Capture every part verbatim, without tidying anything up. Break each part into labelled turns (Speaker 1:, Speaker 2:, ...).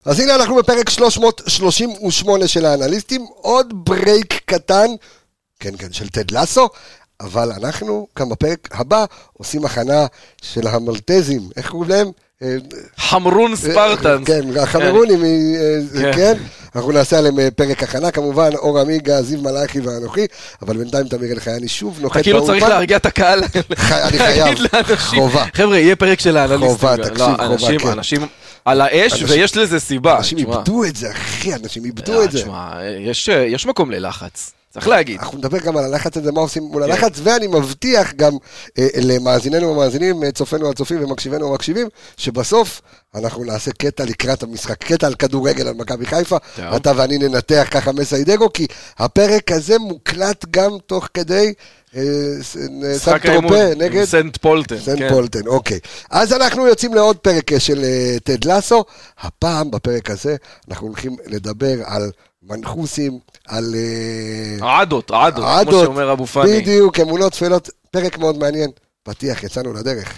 Speaker 1: אז הנה אנחנו בפרק שלוש מאות שלושים ושמונה של האנליסטים, עוד ברייק קטן, כן כן, של טד לסו, אבל אנחנו כאן בפרק הבא עושים הכנה של המלטזים, איך קוראים להם?
Speaker 2: חמרון ספרטנס.
Speaker 1: כן, החמרונים, כן, אנחנו נעשה עליהם פרק הכנה, כמובן, אור עמיגה, זיו מלאכי ואנוכי, אבל בינתיים תמיר אלחייני שוב נוחת באופן.
Speaker 2: אתה כאילו צריך להרגיע את הקהל.
Speaker 1: אני חייב, חובה.
Speaker 2: חבר'ה, יהיה פרק של האנליסטים.
Speaker 1: חובה, תקשיב, חובה, כן.
Speaker 2: אנשים על האש, ויש לזה סיבה.
Speaker 1: אנשים איבדו את זה, אחי, אנשים איבדו את זה.
Speaker 2: תשמע, יש מקום ללחץ. צריך להגיד.
Speaker 1: אנחנו נדבר גם על הלחץ הזה, מה עושים מול הלחץ, ואני מבטיח גם למאזיננו ומאזינים, צופינו הצופים ומקשיבנו ומקשיבים, שבסוף אנחנו נעשה קטע לקראת המשחק, קטע על כדורגל על מכבי חיפה, אתה ואני ננתח ככה מסיידגו, כי הפרק הזה מוקלט גם תוך כדי סנט טרופה נגד
Speaker 2: סנט פולטן.
Speaker 1: סנט פולטן, אוקיי. אז אנחנו יוצאים לעוד פרק של טד לסו, הפעם בפרק הזה אנחנו הולכים לדבר על מנחוסים, על
Speaker 2: עדות, עדות, כמו שאומר אבו פני.
Speaker 1: בדיוק, אמונות תפלות, פרק מאוד מעניין. פתיח, יצאנו לדרך.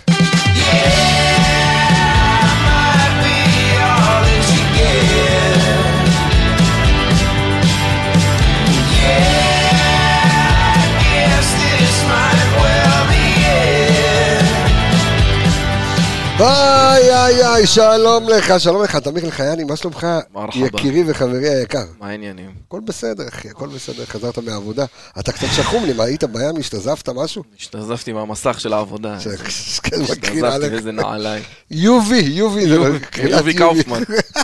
Speaker 1: איי איי איי, שלום לך, שלום לך, תמיר אלחייני, מה שלומך? יקירי וחברי היקר.
Speaker 2: מה העניינים?
Speaker 1: הכל בסדר, אחי, הכל בסדר, חזרת מהעבודה. אתה קצת שחום לי, מה היית בים, השתזפת משהו?
Speaker 2: השתזפתי מהמסך של העבודה.
Speaker 1: השתזפתי
Speaker 2: וזה נעליי.
Speaker 1: יובי, יובי,
Speaker 2: יובי קאופמן.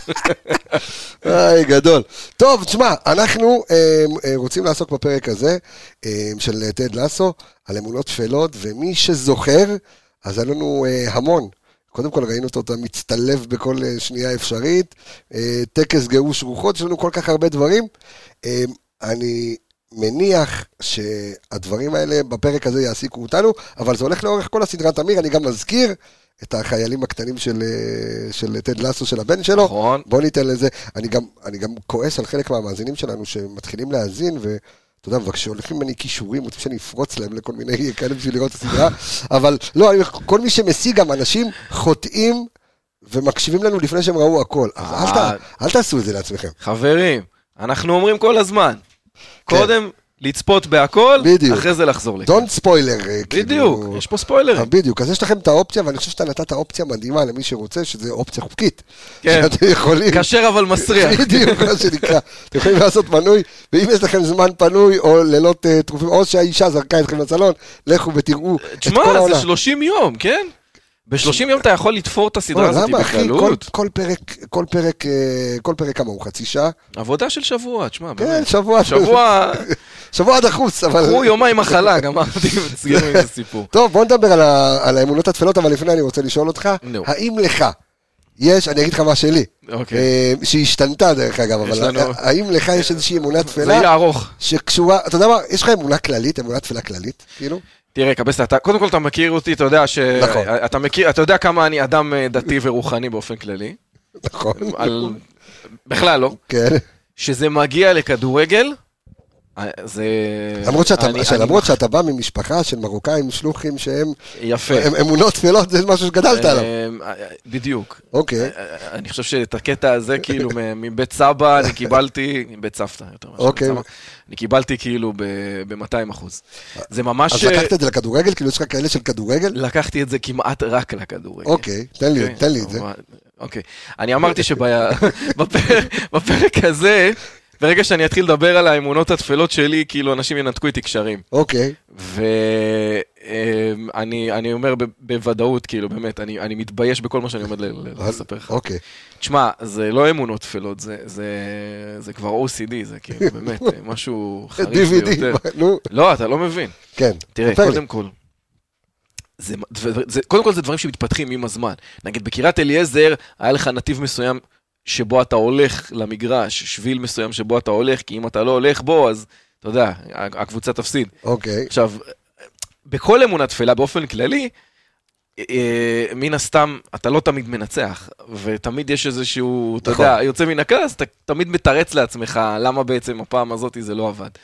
Speaker 1: איי, גדול. טוב, תשמע, אנחנו רוצים לעסוק בפרק הזה של טד לסו, על אמונות תפלות, ומי שזוכר, אז היה לנו המון. קודם כל ראינו אותו מצטלב בכל שנייה אפשרית, טקס גירוש רוחות, יש לנו כל כך הרבה דברים. אני מניח שהדברים האלה בפרק הזה יעסיקו אותנו, אבל זה הולך לאורך כל הסדרת תמיר, אני גם מזכיר את החיילים הקטנים של, של טד לסו, של הבן שלו.
Speaker 2: נכון.
Speaker 1: בוא ניתן לזה, אני גם, אני גם כועס על חלק מהמאזינים שלנו שמתחילים להאזין ו... אתה יודע, וכשהולכים ממני כישורים, רוצים שאני אפרוץ להם לכל מיני כאלה בשביל לראות את הסדרה, אבל לא, כל מי שמשיג גם אנשים חוטאים ומקשיבים לנו לפני שהם ראו הכל, אז אל תעשו את זה לעצמכם.
Speaker 2: חברים, אנחנו אומרים כל הזמן, קודם לצפות בהכל, אחרי זה לחזור לכם.
Speaker 1: דונט ספוילר.
Speaker 2: בדיוק, יש פה ספוילרים.
Speaker 1: בדיוק, אז יש לכם את האופציה, ואני חושב שאתה נתת אופציה מדהימה למי שרוצה, שזה אופציה חוקית.
Speaker 2: כן, קשר אבל מסריח.
Speaker 1: בדיוק, מה שנקרא. אתם יכולים לעשות מנוי, ואם יש לכם זמן פנוי, או לילות תרופים, או שהאישה זרקה אתכם לסלון, לכו ותראו את כל העונה.
Speaker 2: תשמע, זה שלושים יום, כן? ב-שלושים יום אתה יכול לתפור את הסדרה הזאת בקלות.
Speaker 1: כל פרק, כל פרק, כל פרק כמה הוא? חצי שעה?
Speaker 2: עבודה של שבוע, תשמע.
Speaker 1: כן, שבוע.
Speaker 2: שבוע.
Speaker 1: שבוע דחוס, אבל...
Speaker 2: קחו יומיים מחלה, גם אמרתי וסגרנו עם הסיפור.
Speaker 1: טוב, בוא נדבר על האמונות התפלות, אבל לפני אני רוצה לשאול אותך, האם לך יש, אני אגיד לך מה שלי, שהשתנתה דרך אגב, אבל האם לך יש איזושהי אמונה תפלה?
Speaker 2: זה יהיה ארוך.
Speaker 1: שקשורה, אתה יודע מה, יש לך אמונה כללית, אמונה תפלה כללית, כאילו?
Speaker 2: תראה, קבס, קודם כל אתה מכיר אותי, אתה יודע ש... אתה מכיר, אתה יודע כמה אני אדם דתי ורוחני באופן כללי.
Speaker 1: נכון.
Speaker 2: בכלל לא.
Speaker 1: כן.
Speaker 2: שזה מגיע לכדורגל, זה...
Speaker 1: למרות שאתה, למרות שאתה בא ממשפחה של מרוקאים שלוחים שהם...
Speaker 2: יפה.
Speaker 1: הם אמונות תפלות, זה משהו שגדלת עליו.
Speaker 2: בדיוק.
Speaker 1: אוקיי.
Speaker 2: אני חושב שאת הקטע הזה, כאילו, מבית סבא, אני קיבלתי, מבית סבתא, יותר משהו.
Speaker 1: אוקיי.
Speaker 2: אני קיבלתי כאילו ב-מאתיים אחוז. זה ממש...
Speaker 1: אז לקחת את זה לכדורגל? כאילו יש לך כאלה של כדורגל?
Speaker 2: לקחתי את זה כמעט רק לכדורגל.
Speaker 1: אוקיי, תן לי, תן לי את זה.
Speaker 2: אוקיי. אני אמרתי שבפרק הזה... ברגע שאני אתחיל לדבר על האמונות התפלות שלי, כאילו אנשים ינתקו איתי קשרים.
Speaker 1: אוקיי.
Speaker 2: ואני אומר בוודאות, כאילו, באמת, אני מתבייש בכל מה שאני עומד לספר לך.
Speaker 1: אוקיי.
Speaker 2: תשמע, זה לא אמונות תפלות, זה כבר או סי די, זה כאילו, באמת, משהו חריף ביותר. לא, אתה לא מבין.
Speaker 1: כן.
Speaker 2: תראה, קודם כל, קודם כל זה דברים שמתפתחים עם הזמן. נגיד, בקירת אליעזר, היה לך נתיב מסוים, שבו אתה הולך למגרש, שביל מסוים שבו אתה הולך, כי אם אתה לא הולך בו, אז אתה יודע, הקבוצה תפסיד.
Speaker 1: אוקיי.
Speaker 2: עכשיו, בכל אמונה תפלה באופן כללי, מן הסתם, אתה לא תמיד מנצח, ותמיד יש איזשהו, אתה יודע, יוצא מן הכלל, אז אתה תמיד מתרץ לעצמך, למה בעצם הפעם הזאת זה לא עבד.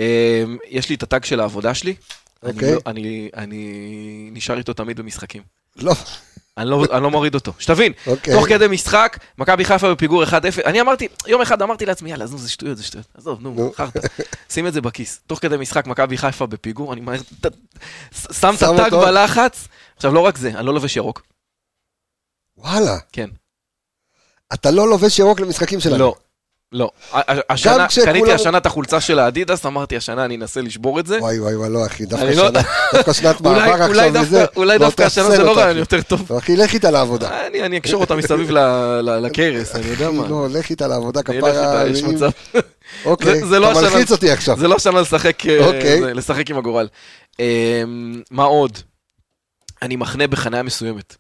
Speaker 2: יש לי את הטאג של העבודה שלי, אני נשאר איתו תמיד במשחקים.
Speaker 1: לא.
Speaker 2: אני לא, אני לא מוריד אותו. שתבין,
Speaker 1: אוקיי.
Speaker 2: תוך כדי משחק, מכבי חיפה בפיגור אחד אפס, אני אמרתי, יום אחד אמרתי לעצמי, יאללה, נו, זה שטויות, זה שטויות. עזוב, נו, חרטה. שים את זה בכיס. תוך כדי משחק, מכבי חיפה בפיגור, אני מהר, שם את הטאג בלחץ. עכשיו, לא רק זה, אני לא לובש ירוק.
Speaker 1: וואלה.
Speaker 2: כן.
Speaker 1: אתה לא לובש ירוק למשחקים שלנו?
Speaker 2: לא. לא, השנה, קניתי השנה את החולצה של האדידס, אמרתי השנה אני אנסה לשבור את זה.
Speaker 1: וואי וואי וואי, לא אחי, דווקא שנת מעבר עכשיו וזה.
Speaker 2: אולי דווקא השנה זה לא רעיון יותר טוב.
Speaker 1: אחי, לך איתה לעבודה.
Speaker 2: אני אקשור אותה מסביב לקרס, אני יודע מה.
Speaker 1: לא, לך איתה לעבודה, כפרה.
Speaker 2: יש מצב.
Speaker 1: אוקיי, אתה מלחיץ אותי עכשיו.
Speaker 2: זה לא השנה לשחק עם הגורל. מה עוד? אני מחנה בחניה מסוימת.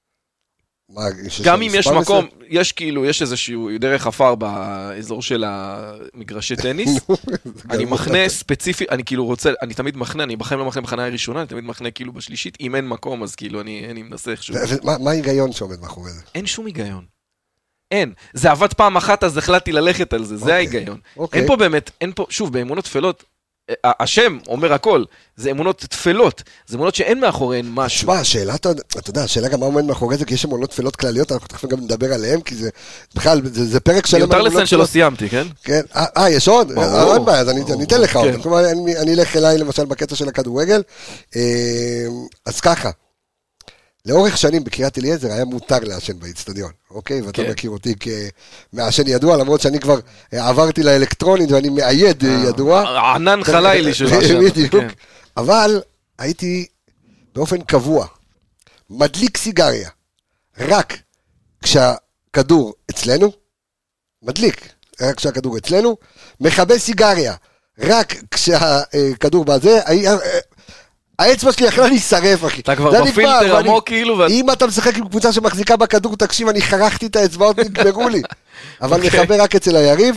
Speaker 2: גם אם יש מקום, יש כאילו, יש איזשהו דרך אפר באזור של המגרשי טניס, אני מחנה ספציפי, אני כאילו רוצה, אני תמיד מחנה, אני בחיים לא מחנה בחניה הראשונה, אני תמיד מחנה כאילו בשלישית, אם אין מקום, אז כאילו אני מנסה איכשהו.
Speaker 1: מה ההיגיון שעומד מאחורי זה?
Speaker 2: אין שום היגיון. אין. זה עבד פעם אחת, אז החלטתי ללכת על זה, זה ההיגיון. אין פה באמת, אין פה, שוב, באמונות תפלות, השם אומר הכל, זה אמונות תפלות, זה אמונות שאין מאחוריהן משהו.
Speaker 1: תשמע, השאלה, אתה יודע, השאלה גם מה עומד מאחורי זה, כי יש אמונות תפלות כלליות, אנחנו תכף גם נדבר עליהן, כי זה, בכלל, זה פרק שלם.
Speaker 2: מיותר לציין שלא סיימתי, כן?
Speaker 1: כן, אה, יש עוד? עוד בעיה, אז אני אתן לך עוד. כלומר, אני אלך אליי, למשל, בקטע של הכדורגל, אז ככה, לאורך שנים בקריית אליעזר היה מותר לעשן באצטדיון, אוקיי? ואתה מכיר אותי כמעשן ידוע, למרות שאני כבר עברתי לאלקטרונית ואני מאייד ידוע.
Speaker 2: ענן חלילי של מעשן.
Speaker 1: בדיוק. אבל הייתי באופן קבוע, מדליק סיגריה, רק כשהכדור אצלנו, מדליק, רק כשהכדור אצלנו, מכבה סיגריה, רק כשהכדור בזה, האצבע שלי יכלה להישרף, אחי.
Speaker 2: אתה כבר בפילטר עמוק כאילו.
Speaker 1: אם אתה משחק עם קבוצה שמחזיקה בכדור, תקשיב, אני חרכתי את האצבעות, נגמרו לי. אבל נחבר רק אצל היריב.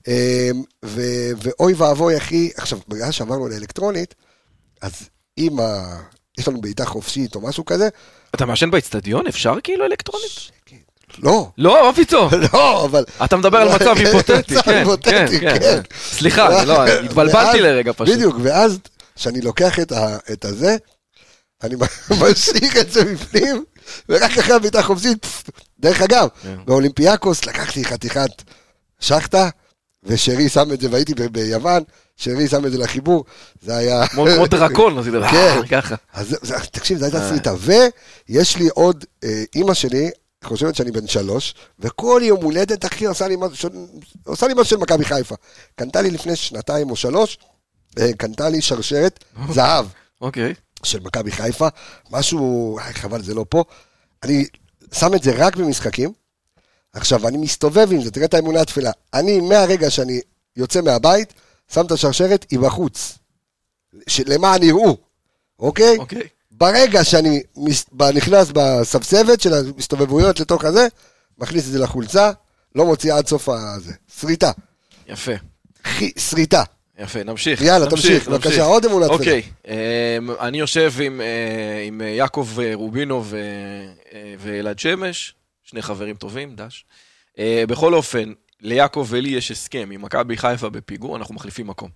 Speaker 1: ואוי ואבוי, אחי, עכשיו, בגלל שעברנו לאלקטרונית, אז אם יש לנו בעיטה חופשית או משהו כזה...
Speaker 2: אתה מעשן באצטדיון? אפשר כאילו אלקטרונית?
Speaker 1: לא.
Speaker 2: לא, מה פתאום?
Speaker 1: לא, אבל...
Speaker 2: אתה מדבר על מצב היפותטי. כן, כן, כן. סליחה, התבלבלתי לרגע פשוט.
Speaker 1: בדיוק, ואז... שאני לוקח את, ה, את הזה, אני משאיר את זה בפנים, ורק אחרי הביתה חופשית, דרך אגב, yeah. באולימפיאקוס לקחתי חתיכת שחטה, ושרי שם את זה, והייתי ב- ביוון, שרי שם את זה לחיבור, זה היה...
Speaker 2: כמו דרקון,
Speaker 1: כן, ככה. אז זה, תקשיב, זה הייתה סריטה, ויש לי עוד, אמא שלי, חושבת שאני בן שלוש, וכל יום הולדת, אחי, עושה לי משהו, עושה לי משהו של מכבי חיפה. קנתה לי לפני שנתיים או שלוש, קנתה לי שרשרת זהב של מכבי חיפה, משהו, חבל זה לא פה, אני שם את זה רק במשחקים, עכשיו אני מסתובב עם זה, תראה את האמונה התפילה, אני מהרגע שאני יוצא מהבית, שם את השרשרת, היא בחוץ, למה אני יראו, אוקיי? ברגע שאני נכנס בסבסבת של המסתובבויות לתוך הזה, מכניס את זה לחולצה, לא מוציא עד סוף הזה, שריטה.
Speaker 2: יפה.
Speaker 1: שריטה.
Speaker 2: יפה, נמשיך.
Speaker 1: יאללה, תמשיך, בבקשה, עוד אמונה תפילה.
Speaker 2: אוקיי, אני יושב עם יעקב רובינו ואלעד שמש, שני חברים טובים, דש. בכל אופן, ליעקב ולי יש הסכם עם מכבי חיפה בפיגור, אנחנו מחליפים מקום.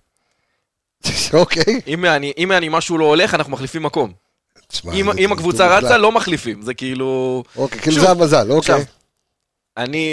Speaker 1: אוקיי.
Speaker 2: אם אני משהו לא הולך, אנחנו מחליפים מקום. אם הקבוצה רצה, לא מחליפים, זה כאילו...
Speaker 1: אוקיי, כאילו זה המזל, אוקיי.
Speaker 2: אני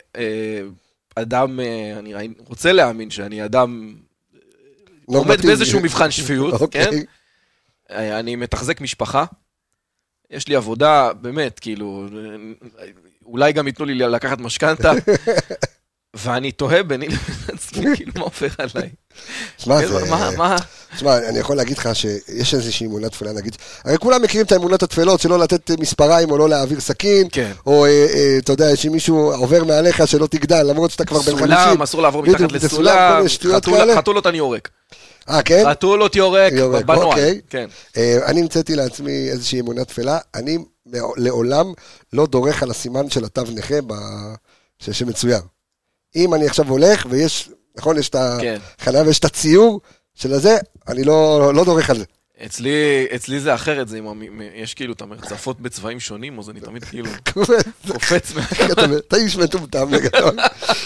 Speaker 2: אדם, אני רוצה להאמין שאני אדם... עומד באיזשהו מבחן שפיות, כן? אני מתחזק משפחה, יש לי עבודה, באמת, כאילו, אולי גם ייתנו לי לקחת משכנתה, ואני תוהה ביני לעצמי, כאילו, מה עובר עליי?
Speaker 1: שמע, זה... מה? שמע, אני יכול להגיד לך שיש איזושהי אמונה תפלה, נגיד, הרי כולם מכירים את האמונות התפלות, שלא לתת מספריים או לא להעביר סכין, או, אתה יודע, שמישהו עובר מעליך שלא תגדל, למרות שאתה כבר בן חמישים.
Speaker 2: סולם, אסור לעבור מתחת לסולם, חתולות אני יורק.
Speaker 1: אה, כן?
Speaker 2: חתולות יורק, בנועל.
Speaker 1: כן. אני המצאתי לעצמי איזושהי אמונה תפלה, אני לעולם לא דורך על הסימן של התו נכה שמצויר. אם אני עכשיו הולך, ויש, נכון, יש את החניה ויש את הציור של הזה, אני לא, לא דורך על זה.
Speaker 2: אצלי, אצלי זה אחרת, זה עם, יש כאילו את המרצפות בצבעים שונים, אז אני תמיד כאילו קופץ מה...
Speaker 1: אתה איש מטומטם לגדול.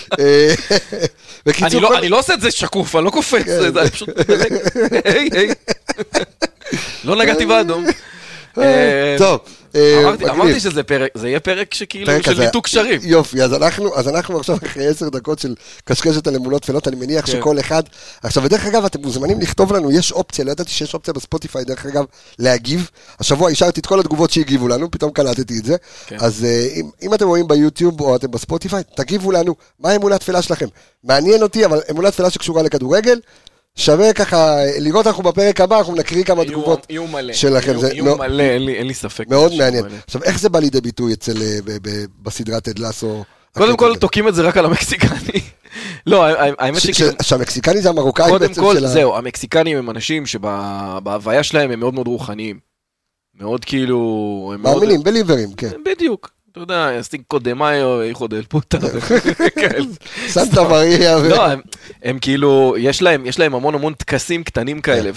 Speaker 2: אני לא עושה את זה שקוף, אני לא קופץ, אני פשוט... היי, היי. לא נגעתי באדום.
Speaker 1: טוב,
Speaker 2: אמרתי שזה פרק, זה יהיה פרק שכאילו של ניתוק קשרים.
Speaker 1: יופי, אז אנחנו עכשיו אחרי עשר דקות של קשקשת על אמונות טפלות, אני מניח שכל אחד, עכשיו ודרך אגב אתם מוזמנים לכתוב לנו, יש אופציה, לא ידעתי שיש אופציה בספוטיפיי, דרך אגב, להגיב, השבוע השארתי את כל התגובות שהגיבו לנו, פתאום קלטתי את זה, אז אם אתם רואים ביוטיוב או אתם בספוטיפיי, תגיבו לנו מה האמונה טפלה שלכם, מעניין אותי, אבל אמונה טפלה שקשורה לכדורגל, שווה ככה, לראות אנחנו בפרק הבא, אנחנו נקריא כמה תגובות שלכם.
Speaker 2: יהיו מלא, אין לי ספק.
Speaker 1: מאוד מעניין. עכשיו, איך זה בא לידי ביטוי אצל, בסדרת טד לאסו?
Speaker 2: קודם כל, תוקים את זה רק על המקסיקני. לא, האמת שכאילו...
Speaker 1: שהמקסיקני זה המרוקאי
Speaker 2: בעצם של... קודם כל, זהו, המקסיקנים הם אנשים שבהוויה שלהם הם מאוד מאוד רוחניים. מאוד כאילו...
Speaker 1: מאמינים, בליברים, כן.
Speaker 2: בדיוק. אתה יודע, סטינקו דה מאיו, איכו דל פוטה,
Speaker 1: סנטה מריה.
Speaker 2: לא, הם כאילו, יש להם המון המון תקסים קטנים כאלה,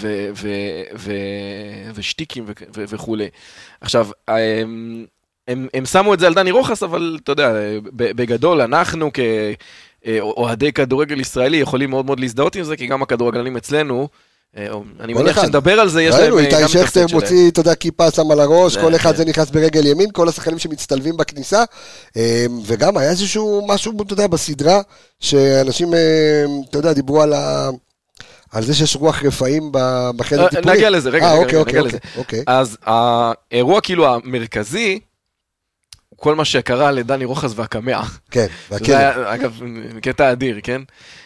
Speaker 2: ושטיקים וכו'. עכשיו, הם שמו את זה על דני רוחס, אבל אתה יודע, בגדול, אנחנו כאוהדי כדורגל ישראלי יכולים מאוד מאוד להזדהות עם זה, כי גם הכדורגלנים אצלנו, אני מניח שנדבר על זה, יש להם גם את
Speaker 1: איתי שכטר מוציא, אתה יודע, כיפה שם על הראש, כל אחד זה נכנס ברגל ימין, כל השחקנים שמצטלבים בכניסה, וגם היה איזשהו משהו, אתה יודע, בסדרה, שאנשים, אתה יודע, דיברו על ה... על זה שיש רוח רפאים בחדר טיפולי.
Speaker 2: נגיע לזה, רגע,
Speaker 1: רגע,
Speaker 2: רגע, נגיע לזה. אז האירוע כאילו המרכזי, כל מה שקרה לדני רוחס והקמע.
Speaker 1: כן, והכלב.
Speaker 2: אגב, קטע אדיר, כן?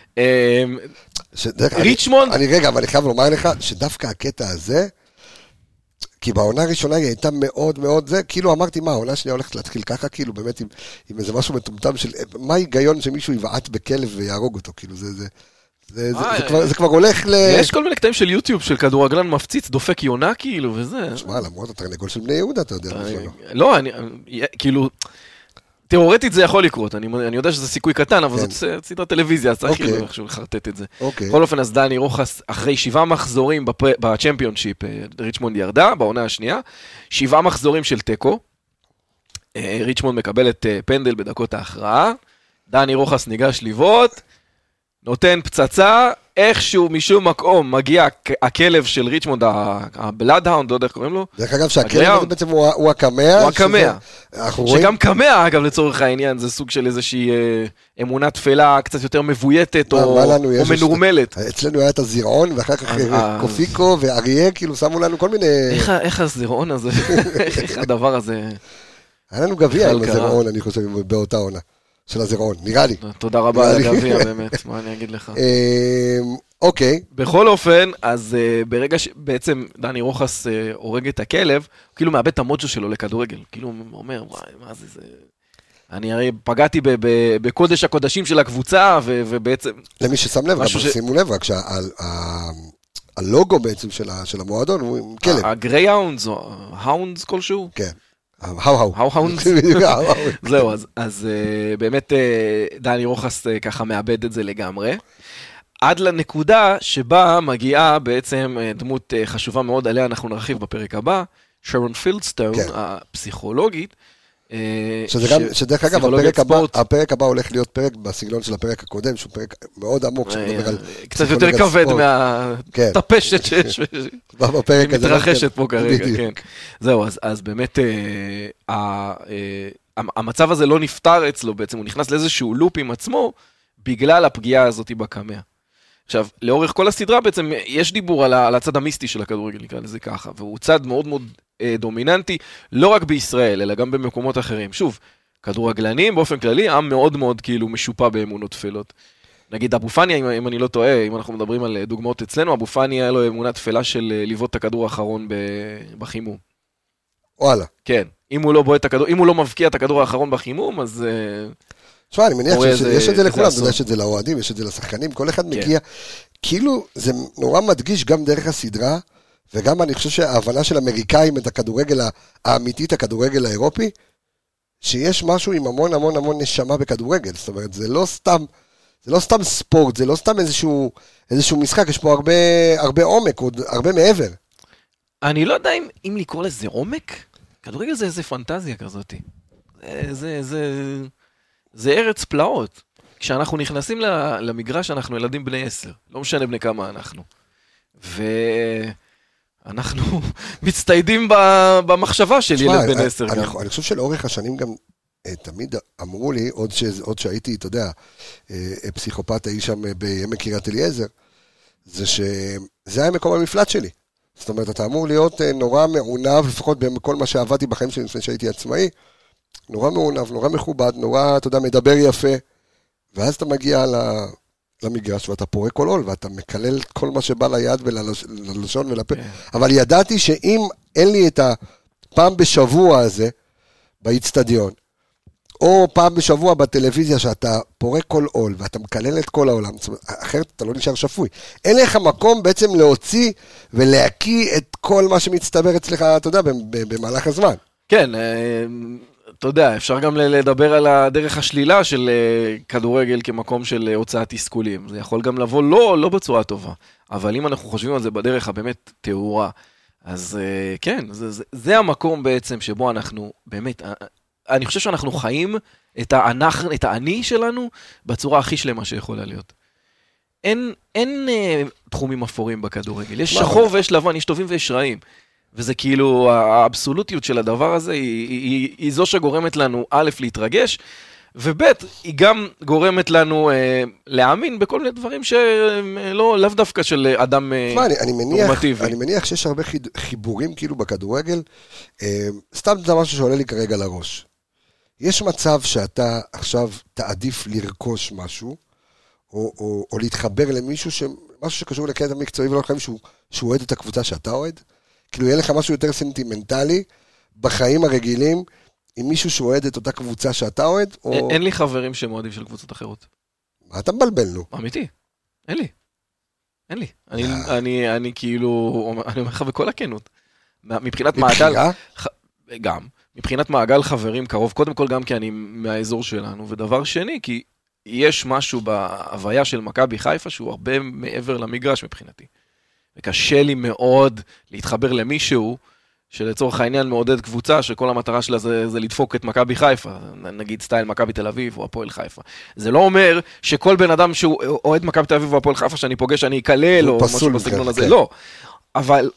Speaker 2: ריצ'מונד...
Speaker 1: אני רגע, אבל אני חייב לומר לך שדווקא הקטע הזה, כי בעונה הראשונה היא הייתה מאוד מאוד זה, כאילו אמרתי מה, העונה השנייה הולכת להתחיל ככה, כאילו באמת עם, עם איזה משהו מטומטם של, מה ההיגיון שמישהו יבעט בכלב ויהרוג אותו, כאילו זה, זה, זה, זה, זה, כבר, זה כבר הולך ל...
Speaker 2: יש כל מיני קטעים של יוטיוב של כדורגלן מפציץ, דופק יונה כאילו וזה.
Speaker 1: שמע, למרות התרנגול של בני יהודה, אתה יודע.
Speaker 2: לא, אני, כאילו... תיאורטית זה יכול לקרות, אני, אני יודע שזה סיכוי קטן, אבל כן. זאת סדרת טלוויזיה, אז צריך כאילו איכשהו לחרטט את זה.
Speaker 1: אוקיי.
Speaker 2: בכל אופן, אז דני רוחס, אחרי שבעה מחזורים בצ'מפיונשיפ, ריצ'מונד ירדה, בעונה השנייה, שבעה מחזורים של טקו, ריצ'מונד מקבל את פנדל בדקות ההכרעה, דני רוחס ניגש לבעוט, נותן פצצה, איכשהו משום מקום מגיע הכלב של ריצ'מונד, הבלאדהאונד, לא יודע איך קוראים לו.
Speaker 1: דרך אגב שהכלב הזה בעצם הוא הקמע.
Speaker 2: הוא הקמע. שגם קמע, אגב, לצורך העניין, זה סוג של איזושהי אמונה תפלה קצת יותר מבויטת או מנורמלת.
Speaker 1: אצלנו היה את הזירעון, ואחר כך קופיקו ואריה, כאילו שמו לנו כל מיני...
Speaker 2: איך הזירעון הזה, איך הדבר הזה...
Speaker 1: היה לנו גביע עם הזירעון, אני חושב, באותה עונה. של הזירעון, נראה לי.
Speaker 2: תודה רבה על הגביע, באמת, מה אני אגיד לך.
Speaker 1: אוקיי.
Speaker 2: בכל אופן, אז ברגע שבעצם דני רוחס הורג את הכלב, הוא כאילו מאבד את המוג'ו שלו לכדורגל. כאילו הוא אומר, וואי, מה זה זה... אני הרי פגעתי בקודש הקודשים של הקבוצה, ובעצם...
Speaker 1: למי ששם לב, שימו לב, רק שהלוגו בעצם של המועדון הוא עם כלב.
Speaker 2: הגריי האונדס, או האונדס כלשהו?
Speaker 1: כן. האו האו.
Speaker 2: זהו, אז באמת דני רוחס ככה מאבד את זה לגמרי. עד לנקודה שבה מגיעה בעצם דמות חשובה מאוד, עליה אנחנו נרחיב בפרק הבא, שרון פילדסטון, הפסיכולוגית.
Speaker 1: שדרך אגב, הפרק הבא הולך להיות פרק בסגנון של הפרק הקודם, שהוא פרק מאוד עמוק,
Speaker 2: קצת יותר כבד מהטפשת שמתרחשת פה כרגע. זהו, אז באמת המצב הזה לא נפטר אצלו, בעצם הוא נכנס לאיזשהו לופ עם עצמו, בגלל הפגיעה הזאת בקמע. עכשיו, לאורך כל הסדרה בעצם יש דיבור על הצד המיסטי של הכדורגל, נקרא לזה ככה, והוא צד מאוד מאוד דומיננטי, לא רק בישראל, אלא גם במקומות אחרים. שוב, כדורגלנים באופן כללי, עם מאוד מאוד כאילו משופע באמונות תפלות. נגיד אבו פאני, אם, אם אני לא טועה, אם אנחנו מדברים על דוגמאות אצלנו, אבו פאני היה לו אמונה תפלה של לבעוט את הכדור האחרון בחימום.
Speaker 1: וואלה.
Speaker 2: כן, אם הוא לא בועט את הכדור, אם הוא לא מבקיע את הכדור האחרון בחימום, אז...
Speaker 1: תשמע, אני מניח שיש את זה לכולם, אתה יודע, יש את זה לאוהדים, יש את זה לשחקנים, כל אחד מגיע, כאילו, זה נורא מדגיש גם דרך הסדרה, וגם אני חושב שההבנה של אמריקאים את הכדורגל האמיתית, הכדורגל האירופי, שיש משהו עם המון המון המון נשמה בכדורגל, זאת אומרת, זה לא סתם, זה לא סתם ספורט, זה לא סתם איזשהו, איזשהו משחק, יש פה הרבה, הרבה עומק, עוד הרבה מעבר.
Speaker 2: אני לא יודע אם, אם לקרוא לזה עומק, כדורגל זה איזה פנטזיה כזאת. זה, זה, זה, זה ארץ פלאות. כשאנחנו נכנסים למגרש, אנחנו ילדים בני עשר, לא משנה בני כמה אנחנו. ו... אנחנו מצטיידים במחשבה של ילד בן עשר.
Speaker 1: אני חושב שלאורך השנים גם תמיד אמרו לי, עוד שהייתי, אתה יודע, פסיכופת האיש שם בימי קריית אליעזר, זה שזה היה מקום המפלט שלי. זאת אומרת, אתה אמור להיות נורא מעונב, לפחות בכל מה שעבדתי בחיים שלי לפני שהייתי עצמאי, נורא מעונב, נורא מכובד, נורא, אתה יודע, מדבר יפה, ואז אתה מגיע למגרש ואתה פורק כל עול, ואתה מקלל כל מה שבא ליד וללשון ולפה. אבל ידעתי שאם אין לי את הפעם בשבוע הזה, באצטדיון, או פעם בשבוע בטלוויזיה שאתה פורק כל עול, ואתה מקלל את כל העולם, אחרת אתה לא נשאר שפוי. אין לך מקום בעצם להוציא ולהקיא את כל מה שמצטבר אצלך, אתה יודע, במהלך הזמן.
Speaker 2: כן, אתה יודע, אפשר גם לדבר על הדרך השלילה של כדורגל כמקום של הוצאת תסכולים. זה יכול גם לבוא לא, לא בצורה טובה. אבל אם אנחנו חושבים על זה בדרך הבאמת תאורה, אז כן, זה, זה, זה המקום בעצם שבו אנחנו באמת, אני חושב שאנחנו חיים את האנחנו, את האני שלנו בצורה הכי שלמה שיכולה להיות. אין, אין תחומים אפורים בכדורגל. יש שחור ויש לבן, יש טובים ויש רעים. וזה כאילו, האבסולוטיות של הדבר הזה, היא, היא, היא, היא זו שגורמת לנו, א', להתרגש, וב', היא גם גורמת לנו אה, להאמין בכל מיני דברים שלא, לאו דווקא של אדם
Speaker 1: מה, אני, אני מניח,
Speaker 2: נורמטיבי.
Speaker 1: אני מניח שיש הרבה חיבורים כאילו בכדורגל, אה, סתם זה משהו שעולה לי כרגע לראש. יש מצב שאתה עכשיו תעדיף לרכוש משהו, או, או, או להתחבר למישהו, ש, משהו שקשור לקטע מקצועי ולא חייב שהוא, שהוא אוהד את הקבוצה שאתה אוהד? כאילו יהיה לך משהו יותר סנטימנטלי בחיים הרגילים, עם מישהו שאוהד את אותה קבוצה שאתה אוהד? או...
Speaker 2: אין לי חברים שמועדים של קבוצות אחרות.
Speaker 1: מה אתה מבלבל נו?
Speaker 2: אמיתי, אין לי. אין לי. אני, אני, אני כאילו, אני אומר לך בכל הכנות. מבחינת מעגל... גם. מבחינת מעגל חברים קרוב, קודם כל גם כי אני מהאזור שלנו, ודבר שני, כי יש משהו בהוויה של מכבי חיפה, שהוא הרבה מעבר למגרש מבחינתי. וקשה לי מאוד להתחבר למישהו, שלצורך העניין מעודד קבוצה, שכל המטרה שלה זה, זה לדפוק את מכבי חיפה, נגיד סטייל מכבי תל אביב או הפועל חיפה. זה לא אומר שכל בן אדם שהוא אוהד מכבי תל אביב או הפועל חיפה, שאני פוגש, שאני אקלל או משהו בסגנון הזה, לא. אבל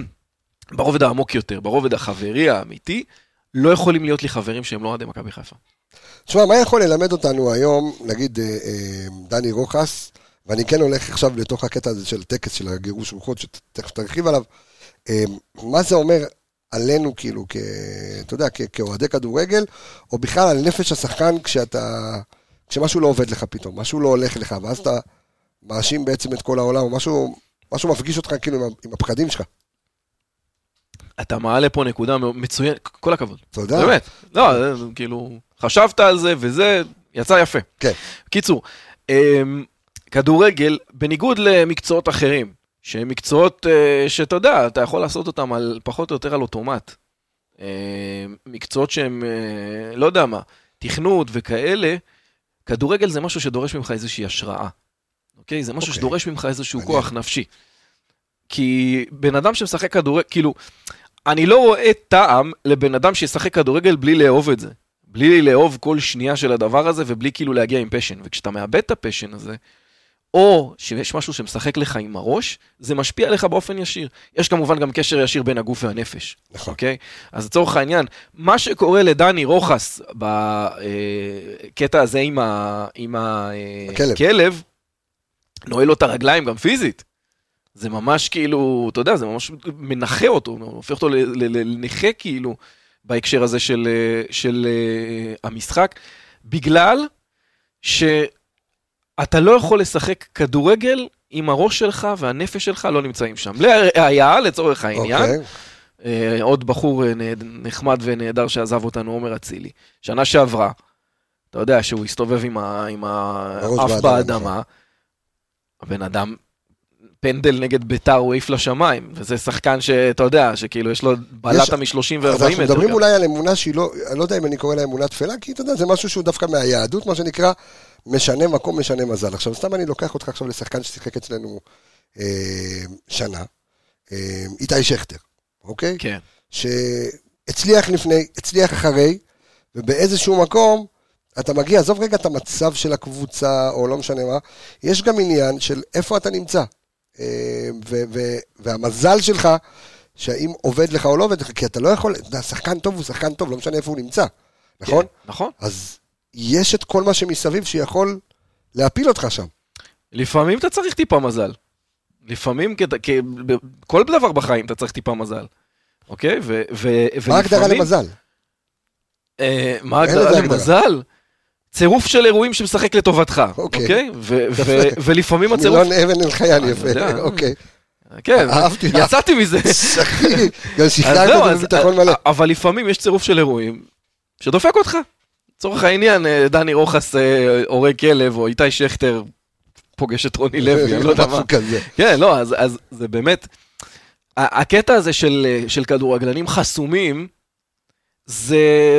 Speaker 2: ברובד העמוק יותר, ברובד החברי האמיתי, לא יכולים להיות לי חברים שהם לא אוהדי מכבי חיפה.
Speaker 1: תשמע, מה יכול ללמד אותנו היום, נגיד דני רוחס, ואני כן הולך עכשיו לתוך הקטע הזה של טקס של הגירוש רוחות, שתכף תרחיב עליו, מה זה אומר עלינו, כאילו, כ, אתה יודע, כאוהדי כדורגל, או בכלל על נפש השחקן, כשאתה, כשמשהו לא עובד לך פתאום, משהו לא הולך לך, ואז אתה מאשים בעצם את כל העולם, או משהו, משהו מפגיש אותך כאילו עם, עם הפחדים שלך.
Speaker 2: אתה מעלה פה נקודה מצוין, כל הכבוד.
Speaker 1: תודה.
Speaker 2: באמת, לא, כאילו, חשבת על זה, וזה יצא יפה.
Speaker 1: כן.
Speaker 2: קיצור, כדורגל, בניגוד למקצועות אחרים, שהם מקצועות שאתה יודע, אתה יכול לעשות אותם על, פחות או יותר על אוטומט. מקצועות שהם, לא יודע מה, תכנות וכאלה, כדורגל זה משהו שדורש ממך איזושהי השראה. אוקיי? זה משהו okay. שדורש ממך איזשהו אני... כוח נפשי. כי בן אדם שמשחק כדורגל, כאילו, אני לא רואה טעם לבן אדם שישחק כדורגל בלי לאהוב את זה. בלי לאהוב כל שנייה של הדבר הזה, ובלי כאילו להגיע עם פשן. וכשאתה מאבד את הפשן הזה, או שיש משהו שמשחק לך עם הראש, זה משפיע עליך באופן ישיר. יש כמובן גם קשר ישיר בין הגוף והנפש.
Speaker 1: נכון.
Speaker 2: אוקיי? אז לצורך העניין, מה שקורה לדני רוחס בקטע הזה עם, ה, עם הכלב, הכלב, נועל לו את הרגליים גם פיזית. זה ממש כאילו, אתה יודע, זה ממש מנחה אותו, הופך אותו לנכה כאילו, בהקשר הזה של, של המשחק, בגלל ש... אתה לא יכול לשחק כדורגל אם הראש שלך והנפש שלך לא נמצאים שם. היה לצורך העניין, okay. עוד בחור נחמד ונהדר שעזב אותנו, עומר אצילי, שנה שעברה, אתה יודע שהוא הסתובב עם, ה, עם האף באדמה, הבן אדם פנדל נגד ביתר הוא העיף לשמיים, וזה שחקן שאתה יודע, שכאילו יש לו בלטה מ-שלושים ו-ארבעים מטר.
Speaker 1: אנחנו מדברים אולי על אמונה שהיא לא, אני לא יודע אם אני קורא לה אמונה תפלה, כי אתה יודע, זה משהו שהוא דווקא מהיהדות, מה שנקרא, משנה מקום, משנה מזל. עכשיו, סתם אני לוקח אותך עכשיו לשחקן ששיחק אצלנו אה, שנה, אה, איתי שכטר, אוקיי?
Speaker 2: כן.
Speaker 1: שהצליח לפני, הצליח אחרי, ובאיזשהו מקום, אתה מגיע, עזוב רגע את המצב של הקבוצה, או לא משנה מה, יש גם עניין של איפה אתה נמצא. ו- ו- והמזל שלך, שהאם עובד לך או לא עובד לך, כי אתה לא יכול, שחקן טוב הוא שחקן טוב, לא משנה איפה הוא נמצא, נכון?
Speaker 2: נכון.
Speaker 1: אז יש את כל מה שמסביב שיכול להפיל אותך שם.
Speaker 2: לפעמים אתה צריך טיפה מזל. לפעמים, כל דבר בחיים אתה צריך טיפה מזל. אוקיי?
Speaker 1: מה ההגדרה למזל?
Speaker 2: מה ההגדרה למזל? צירוף של אירועים שמשחק לטובתך. אוקיי? ולפעמים הצירוף...
Speaker 1: מילון אבן אל חייל יפה. אוקיי.
Speaker 2: כן, יצאתי מזה.
Speaker 1: שכי, גם שחררת את בביטחון מלא.
Speaker 2: אבל לפעמים יש צירוף של אירועים שדופק אותך. צורך העניין, דני רוחס הורג כלב, או איתי שכטר פוגש את רוני לוי, אני לא יודע מה. כן, לא, אז זה באמת, הקטע הזה של כדורגלנים חסומים, זה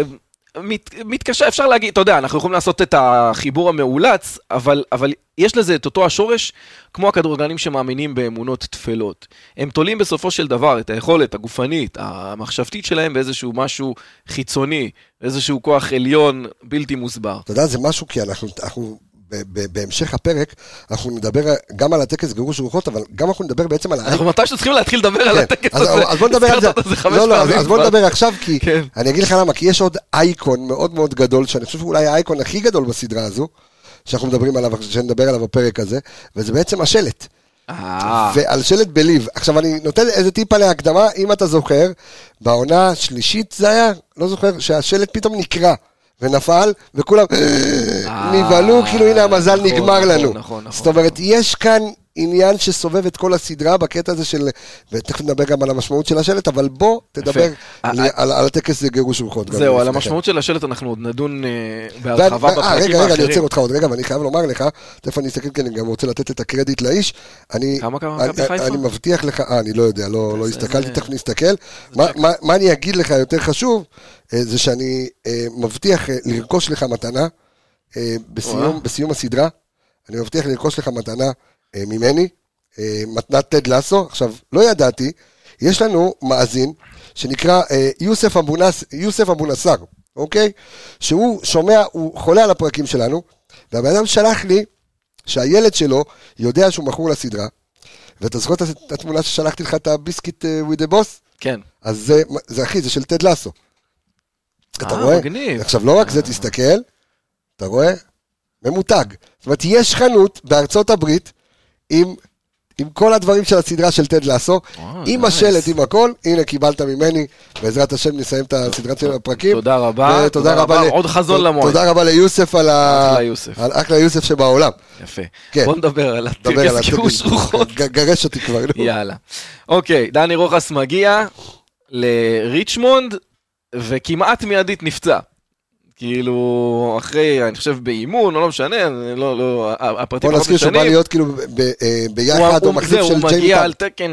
Speaker 2: מתקשה, אפשר להגיד, אתה יודע, אנחנו יכולים לעשות את החיבור המאולץ, אבל יש לזה את אותו השורש, כמו הכדורגלנים שמאמינים באמונות תפלות. הם תולים בסופו של דבר את היכולת הגופנית, המחשבתית שלהם באיזשהו משהו חיצוני, איזשהו כוח עליון בלתי מוסבר.
Speaker 1: אתה יודע, זה משהו כי אנחנו, אנחנו בהמשך הפרק, אנחנו נדבר גם על הטקס גירוש רוחות, אבל גם אנחנו נדבר בעצם על...
Speaker 2: אנחנו מתי שצריכים להתחיל לדבר על הטקס הזה.
Speaker 1: אז בוא נדבר על זה. לא, לא, אז בוא נדבר עכשיו, כי אני אגיד לך למה, כי יש עוד אייקון מאוד מאוד גדול, שאני חושב שאולי האייקון הכי גדול בסדרה הזו, שאנחנו מדברים עליו, שנדבר עליו בפרק הזה, וזה בעצם השלט. ועל שלט בליב. עכשיו אני נותן איזה טיפה להקדמה, אם אתה זוכר, בעונה השלישית זה היה, לא זוכר, שהשלט פתאום נקרא. ונפל, וכולם נבהלו, כאילו הנה המזל נגמר לנו. זאת אומרת, יש כאן עניין שסובב את כל הסדרה בקטע הזה של, ותכף נדבר גם על המשמעות של השלט, אבל בוא תדבר על הטקס גירוש רוחות.
Speaker 2: זהו, על המשמעות של השלט אנחנו עוד נדון בהרחבה בפרקים האחרים.
Speaker 1: רגע, רגע, אני עוצר אותך עוד רגע, ואני חייב לומר לך, תכף אני אסתכל, כי אני גם רוצה לתת את הקרדיט לאיש.
Speaker 2: כמה כמה מכבי חיפה?
Speaker 1: אני מבטיח לך, אה, אני לא יודע, לא הסתכלתי, תכף נסתכל. מה אני אגיד לך יותר חשוב, זה שאני מבטיח לרכוש לך מתנה, בסיום הסדרה, אני מבטיח לרכוש לך מתנה ממני, מתנת טד לסו. עכשיו, לא ידעתי, יש לנו מאזין שנקרא יוסף אבונס, יוסף אבונסר, אוקיי? שהוא שומע, הוא חולה על הפרקים שלנו, והבן אדם שלח לי שהילד שלו יודע שהוא מכור לסדרה, ואתה זוכר את התמונה ששלחתי לך את הביסקיט with the boss?
Speaker 2: כן.
Speaker 1: אז זה, זה אחי, זה של טד לסו. אתה רואה?
Speaker 2: מגניב.
Speaker 1: עכשיו, לא רק זה, תסתכל, אתה רואה? ממותג. זאת אומרת, יש חנות בארצות הברית, עם, עם כל הדברים של הסדרה של טד לסו, עם השלט, עם הכל, הנה קיבלת ממני, בעזרת השם נסיים את הסדרת של הפרקים.
Speaker 2: תודה רבה,
Speaker 1: תודה רבה,
Speaker 2: עוד חזון למועד.
Speaker 1: תודה רבה ליוסף על
Speaker 2: אחלה
Speaker 1: יוסף שבעולם.
Speaker 2: יפה, בוא נדבר על הטקס גירוש רוחות.
Speaker 1: גרש אותי כבר.
Speaker 2: יאללה. אוקיי, דני רוחס מגיע לריצ'מונד, וכמעט מיידית נפצע. כאילו, אחרי, אני חושב, באימון, או לא משנה, לא, לא, הפרטים
Speaker 1: בוא נזכיר שהוא בא להיות כאילו ביחד, או מחליף של ג'יימי טארט.
Speaker 2: הוא מגיע על תקן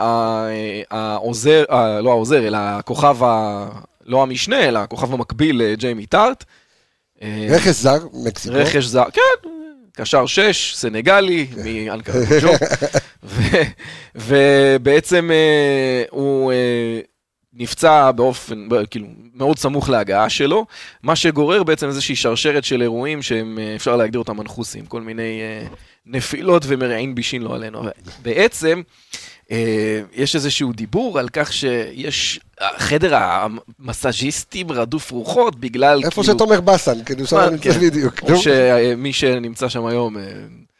Speaker 2: העוזר, לא העוזר, אלא הכוכב, לא המשנה, אלא הכוכב המקביל לג'יימי טארט.
Speaker 1: רכש זר, מקסיקו.
Speaker 2: רכש זר, כן, קשר שש, סנגלי, מאנקרה ג'ו. ובעצם הוא... נפצע באופן, כאילו, מאוד סמוך להגעה שלו, מה שגורר בעצם איזושהי שרשרת של אירועים שהם, אפשר להגדיר אותם מנחוסים, כל מיני אה, נפילות ומרעין בישין לא עלינו. בעצם, אה, יש איזשהו דיבור על כך שיש חדר המסאז'יסטים רדוף רוחות, בגלל
Speaker 1: איפה כאילו... שתומר בסן, כאילו שם נמצא בדיוק.
Speaker 2: או שמי שנמצא שם היום, אה,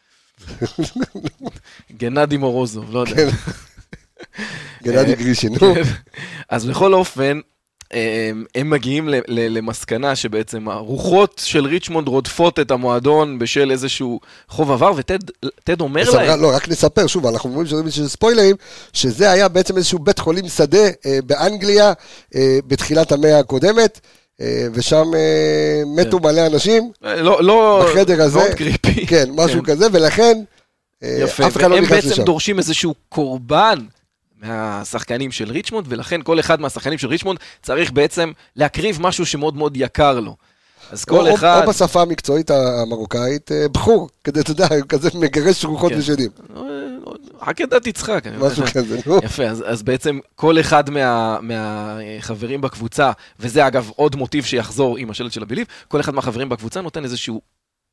Speaker 2: גנדי מורוזוב, לא יודע.
Speaker 1: גנדי גרישין.
Speaker 2: אז בכל אופן, הם מגיעים למסקנה שבעצם הרוחות של ריצ'מונד רודפות את המועדון בשל איזשהו חוב עבר, וטד אומר להם...
Speaker 1: לא, רק נספר, שוב, אנחנו אומרים שזה ספוילרים, שזה היה בעצם איזשהו בית חולים שדה באנגליה, בתחילת המאה הקודמת, ושם מתו מלא אנשים, בחדר הזה, כן, משהו כזה, ולכן אף אחד לא נכנס לשם.
Speaker 2: והם בעצם דורשים איזשהו קורבן, מהשחקנים של ריצ'מונד, ולכן כל אחד מהשחקנים של ריצ'מונד צריך בעצם להקריב משהו שמאוד מאוד יקר לו. אז כל
Speaker 1: או,
Speaker 2: אחד...
Speaker 1: או בשפה המקצועית המרוקאית, בחור, כדי, אתה יודע, כזה מגרש רוחות ושדים.
Speaker 2: רק ידעת יצחק.
Speaker 1: משהו כזה, נו.
Speaker 2: יפה, אז, אז בעצם כל אחד מה, מהחברים בקבוצה, וזה אגב עוד מוטיב שיחזור עם השלט של הבליב, כל אחד מהחברים בקבוצה נותן איזשהו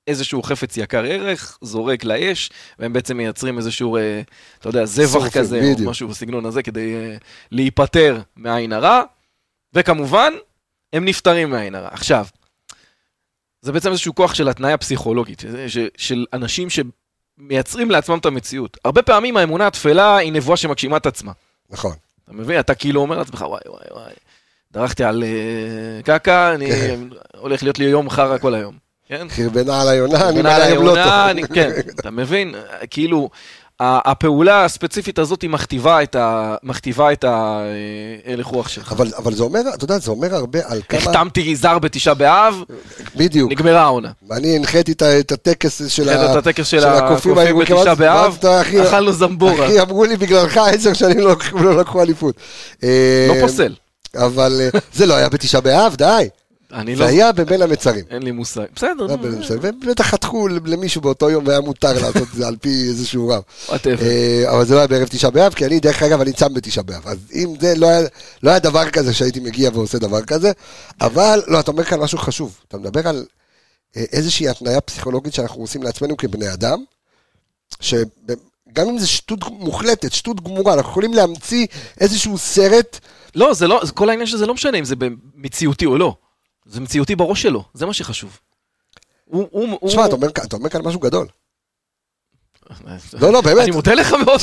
Speaker 2: איזשהו חפץ יקר ערך, זורק לאש, והם בעצם מייצרים איזשהו, אתה יודע, זבח כזה, או משהו בסגנון הזה, כדי להיפטר מהעין הרע, וכמובן, הם נפטרים מהעין הרע. עכשיו, זה בעצם איזשהו כוח של התנאי הפסיכולוגית, של אנשים שמייצרים לעצמם את המציאות. הרבה פעמים האמונה התפלה היא נבואה שמגשימה את עצמה.
Speaker 1: נכון.
Speaker 2: אתה מבין? אתה כאילו אומר לעצמך, וואי, וואי, וואי, דרכתי על קקה, אני הולך להיות לי יום חרא כל היום.
Speaker 1: חרבנה על היונה, אני מנהים לא טוב.
Speaker 2: כן, אתה מבין? כאילו, הפעולה הספציפית הזאת היא מכתיבה את ההלך רוח שלך.
Speaker 1: אבל זה אומר, אתה יודע, זה אומר הרבה על כמה...
Speaker 2: החתמתי זר בתשעה באב,
Speaker 1: בדיוק.
Speaker 2: נגמרה העונה.
Speaker 1: ואני הנחיתי את הטקס של
Speaker 2: הקופים בתשעה באב, אכלנו זמבורה.
Speaker 1: אחי, אמרו לי בגללך עשר שנים לא לקחו אליפות.
Speaker 2: לא פוסל.
Speaker 1: אבל זה לא היה בתשעה באב, די. זה היה בבין המצרים.
Speaker 2: אין לי מושג. בסדר.
Speaker 1: ובטח חתכו למישהו באותו יום והיה מותר לעשות את זה על פי איזשהו רב. אבל זה לא היה בערב תשעה באב, כי אני, דרך אגב, אני צם בתשעה באב. אז אם זה לא היה דבר כזה שהייתי מגיע ועושה דבר כזה, אבל לא, אתה אומר כאן משהו חשוב. אתה מדבר על איזושהי התניה פסיכולוגית שאנחנו עושים לעצמנו כבני אדם, שגם אם זה שטות מוחלטת, שטות גמורה, אנחנו יכולים להמציא איזשהו סרט.
Speaker 2: לא, זה לא, כל העניין שזה לא משנה אם זה מציאותי או לא. זה מציאותי בראש שלו, זה מה שחשוב.
Speaker 1: תשמע, אתה אומר כאן משהו גדול. לא, לא, באמת.
Speaker 2: אני מודה לך מאוד.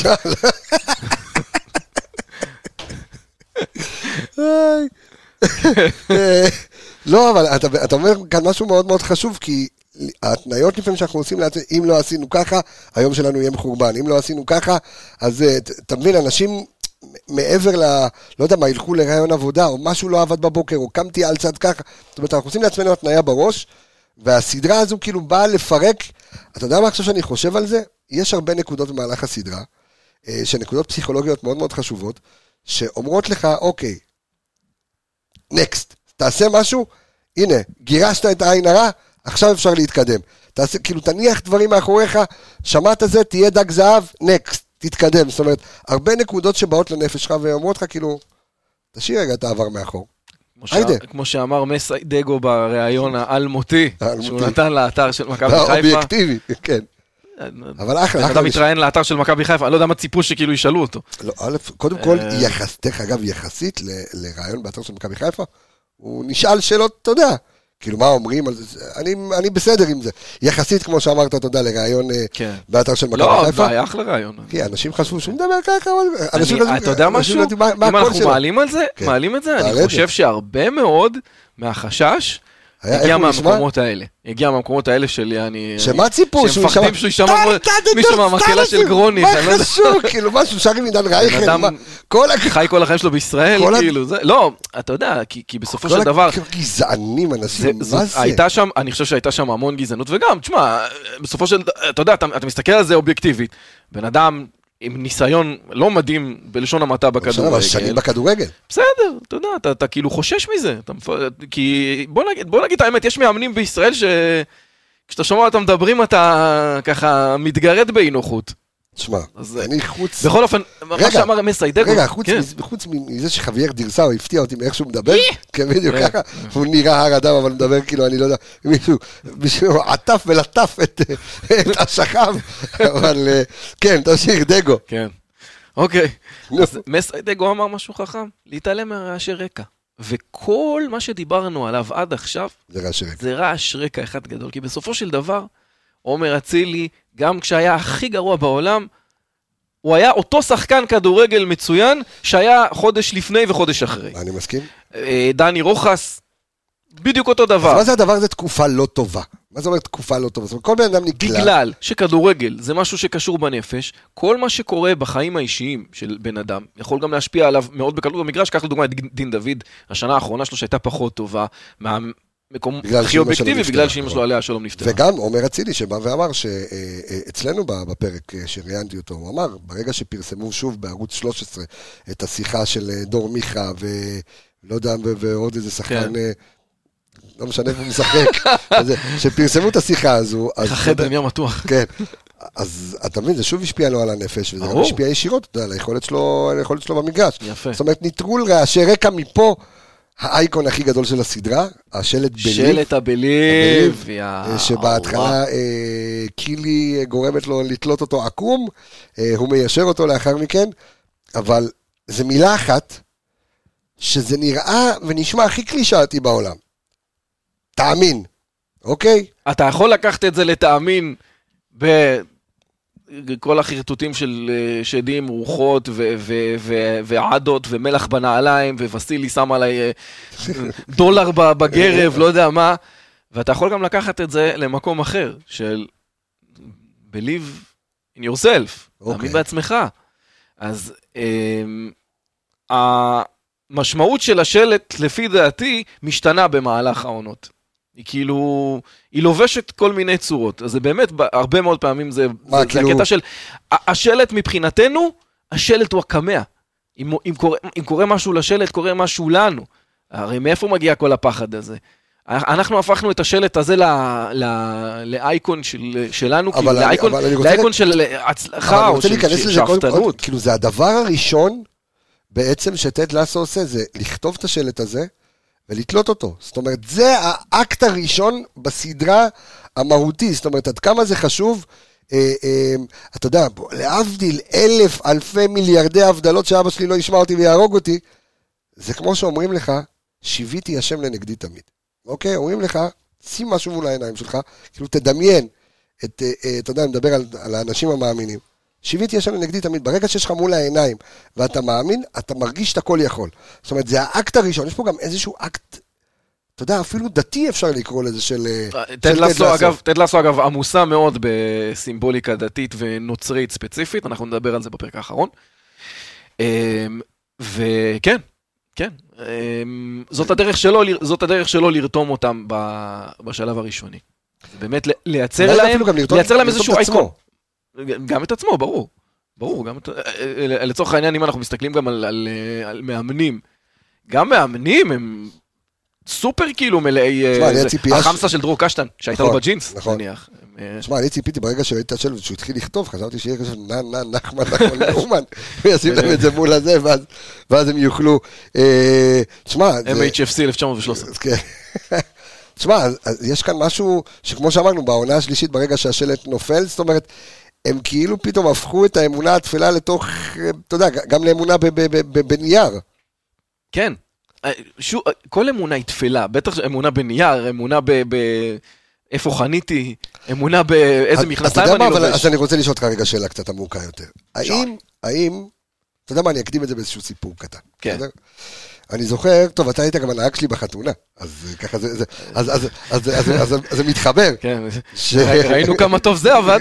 Speaker 1: לא, אבל אתה אומר כאן משהו מאוד מאוד חשוב, כי ההתניות לפעמים שאנחנו עושים לעצמם, אם לא עשינו ככה, היום שלנו יהיה מחורבן. אם לא עשינו ככה, אז אתה מבין, אנשים... מעבר ל... לא יודע מה, ילכו לרעיון עבודה, או משהו לא עבד בבוקר, או קמתי על צד ככה. זאת אומרת, אנחנו עושים לעצמנו התניה בראש, והסדרה הזו כאילו באה לפרק. אתה יודע מה עכשיו שאני חושב על זה? יש הרבה נקודות במהלך הסדרה, שנקודות פסיכולוגיות מאוד מאוד חשובות, שאומרות לך, אוקיי, נקסט, תעשה משהו, הנה, גירשת את העין הרע, עכשיו אפשר להתקדם. תעשה, כאילו, תניח דברים מאחוריך, שמעת זה, תהיה דג זהב, נקסט. תתקדם, זאת אומרת, הרבה נקודות שבאות לנפש שלך, ואומרות לך כאילו, תשאיר רגע את העבר מאחור.
Speaker 2: כמו שאמר מסי דגו בראיון האלמותי, שהוא נתן לאתר של מכבי חיפה.
Speaker 1: האובייקטיבי, כן. אבל אחלה.
Speaker 2: אתה מתראיין לאתר של מכבי חיפה, אני לא יודע מה ציפו שכאילו ישאלו אותו.
Speaker 1: לא, א', קודם כל, יחסתך, אגב, יחסית לראיון באתר של מכבי חיפה, הוא נשאל שאלות, אתה יודע, כאילו מה אומרים על זה, אני, אני בסדר עם זה. יחסית כמו שאמרת, תודה, לרעיון כן. באתר של מכבי
Speaker 2: לא,
Speaker 1: חיפה.
Speaker 2: לא, היה אחלה רעיון.
Speaker 1: כי אנשים חשבו שהוא מדבר ככה,
Speaker 2: אנשים חשבו... אתה יודע משהו? מה, מה אם אנחנו שלו? מעלים על זה, כן. מעלים את זה, אני חושב שהרבה מאוד מהחשש הגיע מהמקומות האלה. הגיע מהמקומות האלה שלי, אני...
Speaker 1: שמה ציפו?
Speaker 2: שמפחדים שהוא יישמע מישהו מהמקהלה של גרוני.
Speaker 1: מה חשוב? כאילו, משהו שרים עידן רייכל.
Speaker 2: חי כל החיים שלו בישראל, כאילו, זה... לא, אתה יודע, כי בסופו של דבר...
Speaker 1: כל הגזענים אנשים, מה זה?
Speaker 2: הייתה שם, אני חושב שהייתה שם המון גזענות, וגם, תשמע, בסופו של... אתה יודע, אתה מסתכל על זה אובייקטיבית. בן אדם... עם ניסיון לא מדהים בלשון המעטה בכדורגל.
Speaker 1: שנים בכדורגל.
Speaker 2: בסדר, אתה יודע, אתה, אתה כאילו חושש מזה. אתה, כי בוא נגיד, בוא נגיד האמת, יש מאמנים בישראל שכשאתה שומע אותם מדברים, אתה ככה מתגרד באי-נוחות.
Speaker 1: תשמע, אני חוץ...
Speaker 2: בכל אופן, מה שאמר מסי דגו...
Speaker 1: רגע, חוץ מזה שחוויאר דירסה, הוא הפתיע אותי מאיך שהוא מדבר, כן, בדיוק ככה, הוא נראה הר אדם, אבל מדבר כאילו, אני לא יודע, מישהו עטף ולטף את השכב, אבל כן, תמשיך, דגו.
Speaker 2: כן, אוקיי. אז מסי דגו אמר משהו חכם, להתעלם מהרעשי רקע. וכל מה שדיברנו עליו עד עכשיו, זה רעש רקע אחד גדול, כי בסופו של דבר, עומר אצילי, גם כשהיה הכי גרוע בעולם, הוא היה אותו שחקן כדורגל מצוין, שהיה חודש לפני וחודש אחרי.
Speaker 1: אני מסכים.
Speaker 2: דני רוחס, בדיוק אותו דבר.
Speaker 1: אז מה זה הדבר הזה תקופה לא טובה? מה זה אומר תקופה לא טובה? זאת אומרת, כל בן אדם נקלע.
Speaker 2: בגלל שכדורגל זה משהו שקשור בנפש, כל מה שקורה בחיים האישיים של בן אדם, יכול גם להשפיע עליו מאוד בקלות במגרש, כך לדוגמה את דין דוד, השנה האחרונה שלו שהייתה פחות טובה, מה... מקום הכי אובייקטיבי, בגלל שאמא שלו עליה שלום נפטרה.
Speaker 1: וגם עומר אצילי שבא ואמר שאצלנו בפרק שראיינתי אותו, הוא אמר, ברגע שפרסמו שוב בערוץ שלוש עשרה את השיחה של דור מיכה ולא יודע, ועוד איזה שחקן, לא משנה איפה הוא משחק, שפרסמו את השיחה הזו.
Speaker 2: החדר נהיה מתוח.
Speaker 1: כן. אז אתה מבין, זה שוב השפיע לו על הנפש, וזה גם השפיע ישירות, אתה יודע, ליכולת שלו במגרש.
Speaker 2: יפה.
Speaker 1: זאת אומרת, ניטרול רעשי רקע מפה, האייקון הכי גדול של הסדרה, השלט בליב.
Speaker 2: שלט הבליב.
Speaker 1: שבהתחלה קילי גורמת לו לתלות אותו עקום, הוא מיישר אותו לאחר מכן, אבל זה מילה אחת, שזה נראה ונשמע הכי קלישאתי בעולם. תאמין, אוקיי?
Speaker 2: אתה יכול לקחת את זה לתאמין בכל החרטוטים של שדים, רוחות ועדות ומלח בנעליים, ווסילי שם עליי דולר בגרב, לא יודע מה, ואתה יכול גם לקחת את זה למקום אחר, של believe in yourself, תאמין בעצמך. אז המשמעות של השלט, לפי דעתי, משתנה במהלך העונות. היא כאילו, היא לובשת כל מיני צורות. אז זה באמת, הרבה מאוד פעמים זה,
Speaker 1: מה,
Speaker 2: זה,
Speaker 1: כאילו...
Speaker 2: זה הקטע של, השלט מבחינתנו, השלט הוא הקמע. אם, אם, קורה, אם קורה משהו לשלט, קורה משהו לנו. הרי מאיפה מגיע כל הפחד הזה? אנחנו הפכנו את השלט הזה לאייקון של, שלנו, כאילו, לאייקון, לאייקון של הצלחה או של שאפתנות.
Speaker 1: כאילו זה הדבר הראשון בעצם שטד לסו עושה, זה לכתוב את השלט הזה ולתלות אותו. זאת אומרת, זה האקט הראשון בסדרה המהותי. זאת אומרת, עד כמה זה חשוב, אה, אה, אתה יודע, להבדיל אלף, אלפי מיליארדי הבדלות שאבא שלי לא ישמע אותי ויהרוג אותי, זה כמו שאומרים לך, שיוויתי השם לנגדי תמיד. אוקיי? אומרים לך, שים משהו מול העיניים שלך, כאילו תדמיין, את, אה, אתה יודע, מדבר על, על האנשים המאמינים. שיוויתי השם לנגדי תמיד, ברגע שיש לך מול העיניים, ואתה מאמין, אתה מרגיש את הכל יכול. זאת אומרת, זה האקט הראשון, יש פה גם איזשהו אקט, אתה יודע, אפילו דתי אפשר לקרוא לזה של...
Speaker 2: טד לסו, אגב, טד לסו, אגב, עמוסה מאוד בסימבוליקה דתית ונוצרית ספציפית, אנחנו נדבר על זה בפרק האחרון. וכן, כן, זאת הדרך שלו, זאת הדרך שלו לרתום אותם בשלב הראשוני. זה באמת לייצר להם, לייצר להם איזשהו אייקון. גם את עצמו, ברור. ברור, גם את... לצורך העניין, אם אנחנו מסתכלים גם על, על, על מאמנים, גם מאמנים הם סופר כאילו מלאי... החמסה של דרור קשטן, שהייתה לו בג'ינס, נניח.
Speaker 1: תשמע, אני ציפיתי ברגע שראיתי את השלט, שהוא התחיל לכתוב, חשבתי שיהיה כזה, נה, נה, נחמן, נחמן, נחמן, וישים להם את זה מול הזה, ואז הם יוכלו... תשמע...
Speaker 2: אם אייץ' אף סי אלף תשע מאות ושלוש עשרה.
Speaker 1: תשמע, יש כאן משהו שכמו שאמרנו, בעונה השלישית, ברגע שהשלט נופל, זאת אומרת, הם כאילו פתאום הפכו את האמונה התפלה לתוך, אתה יודע, גם לאמונה בנייר.
Speaker 2: כן. שוב, כל אמונה היא תפלה, בטח אמונה בנייר, אמונה באיפה חניתי, אמונה באיזה מכנסיים אני לובש.
Speaker 1: אז אני רוצה לשאול אותך רגע שאלה קצת עמוקה יותר. האם, האם, אתה יודע מה, אני אקדים את זה באיזשהו סיפור קטן.
Speaker 2: כן.
Speaker 1: אני זוכר, טוב, אתה היית גם הנהג שלי בחתונה, אז ככה זה, אז זה מתחבר.
Speaker 2: כן, ראינו כמה טוב זה עבד.